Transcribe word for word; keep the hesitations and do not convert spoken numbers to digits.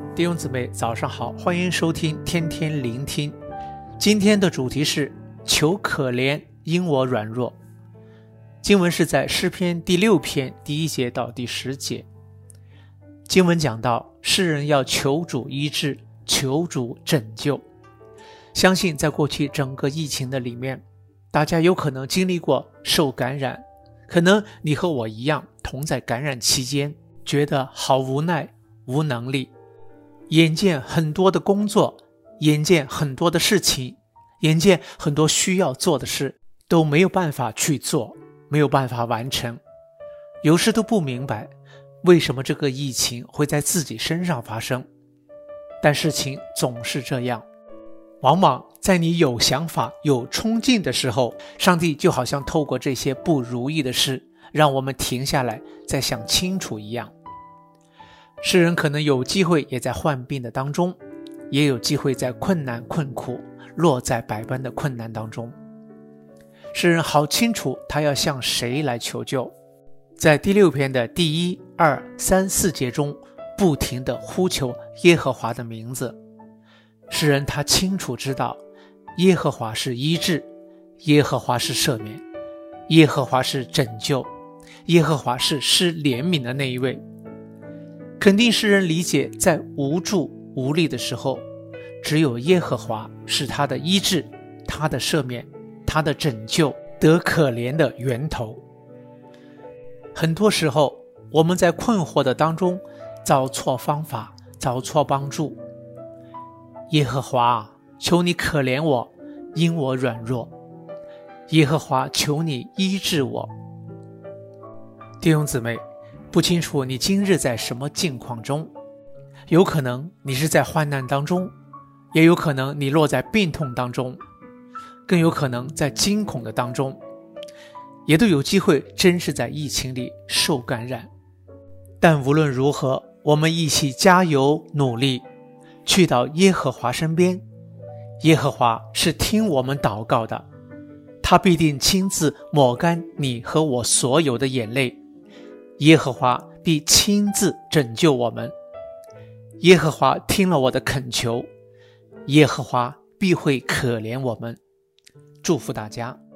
弟兄姊妹早上好，欢迎收听天天聆听。今天的主题是求可怜，因我软弱。经文是在诗篇第六篇第一节到第十节。经文讲到诗人要求主医治，求主拯救。相信在过去整个疫情的里面，大家有可能经历过受感染，可能你和我一样同在感染期间，觉得好无奈无能力，眼见很多的工作，眼见很多的事情，眼见很多需要做的事都没有办法去做，没有办法完成，有时都不明白为什么这个疫情会在自己身上发生。但事情总是这样，往往在你有想法有冲劲的时候，上帝就好像透过这些不如意的事让我们停下来再想清楚一样。诗人可能有机会也在患病的当中，也有机会在困难困苦落在百般的困难当中。诗人好清楚他要向谁来求救，在第六篇的第一、二、三、四节中不停地呼求耶和华的名字。诗人他清楚知道耶和华是医治，耶和华是赦免，耶和华是拯救，耶和华是施怜悯的那一位。肯定诗人理解在无助无力的时候，只有耶和华是他的医治，他的赦免，他的拯救，得可怜的源头。很多时候我们在困惑的当中找错方法，找错帮助。耶和华，求你可怜我，因我软弱。耶和华，求你医治我。弟兄姊妹，不清楚你今日在什么境况中，有可能你是在患难当中，也有可能你落在病痛当中，更有可能在惊恐的当中，也都有机会真是在疫情里受感染。但无论如何，我们一起加油努力，去到耶和华身边。耶和华是听我们祷告的，他必定亲自抹干你和我所有的眼泪。耶和华必亲自拯救我们。耶和华听了我的恳求，耶和华必会可怜我们。祝福大家。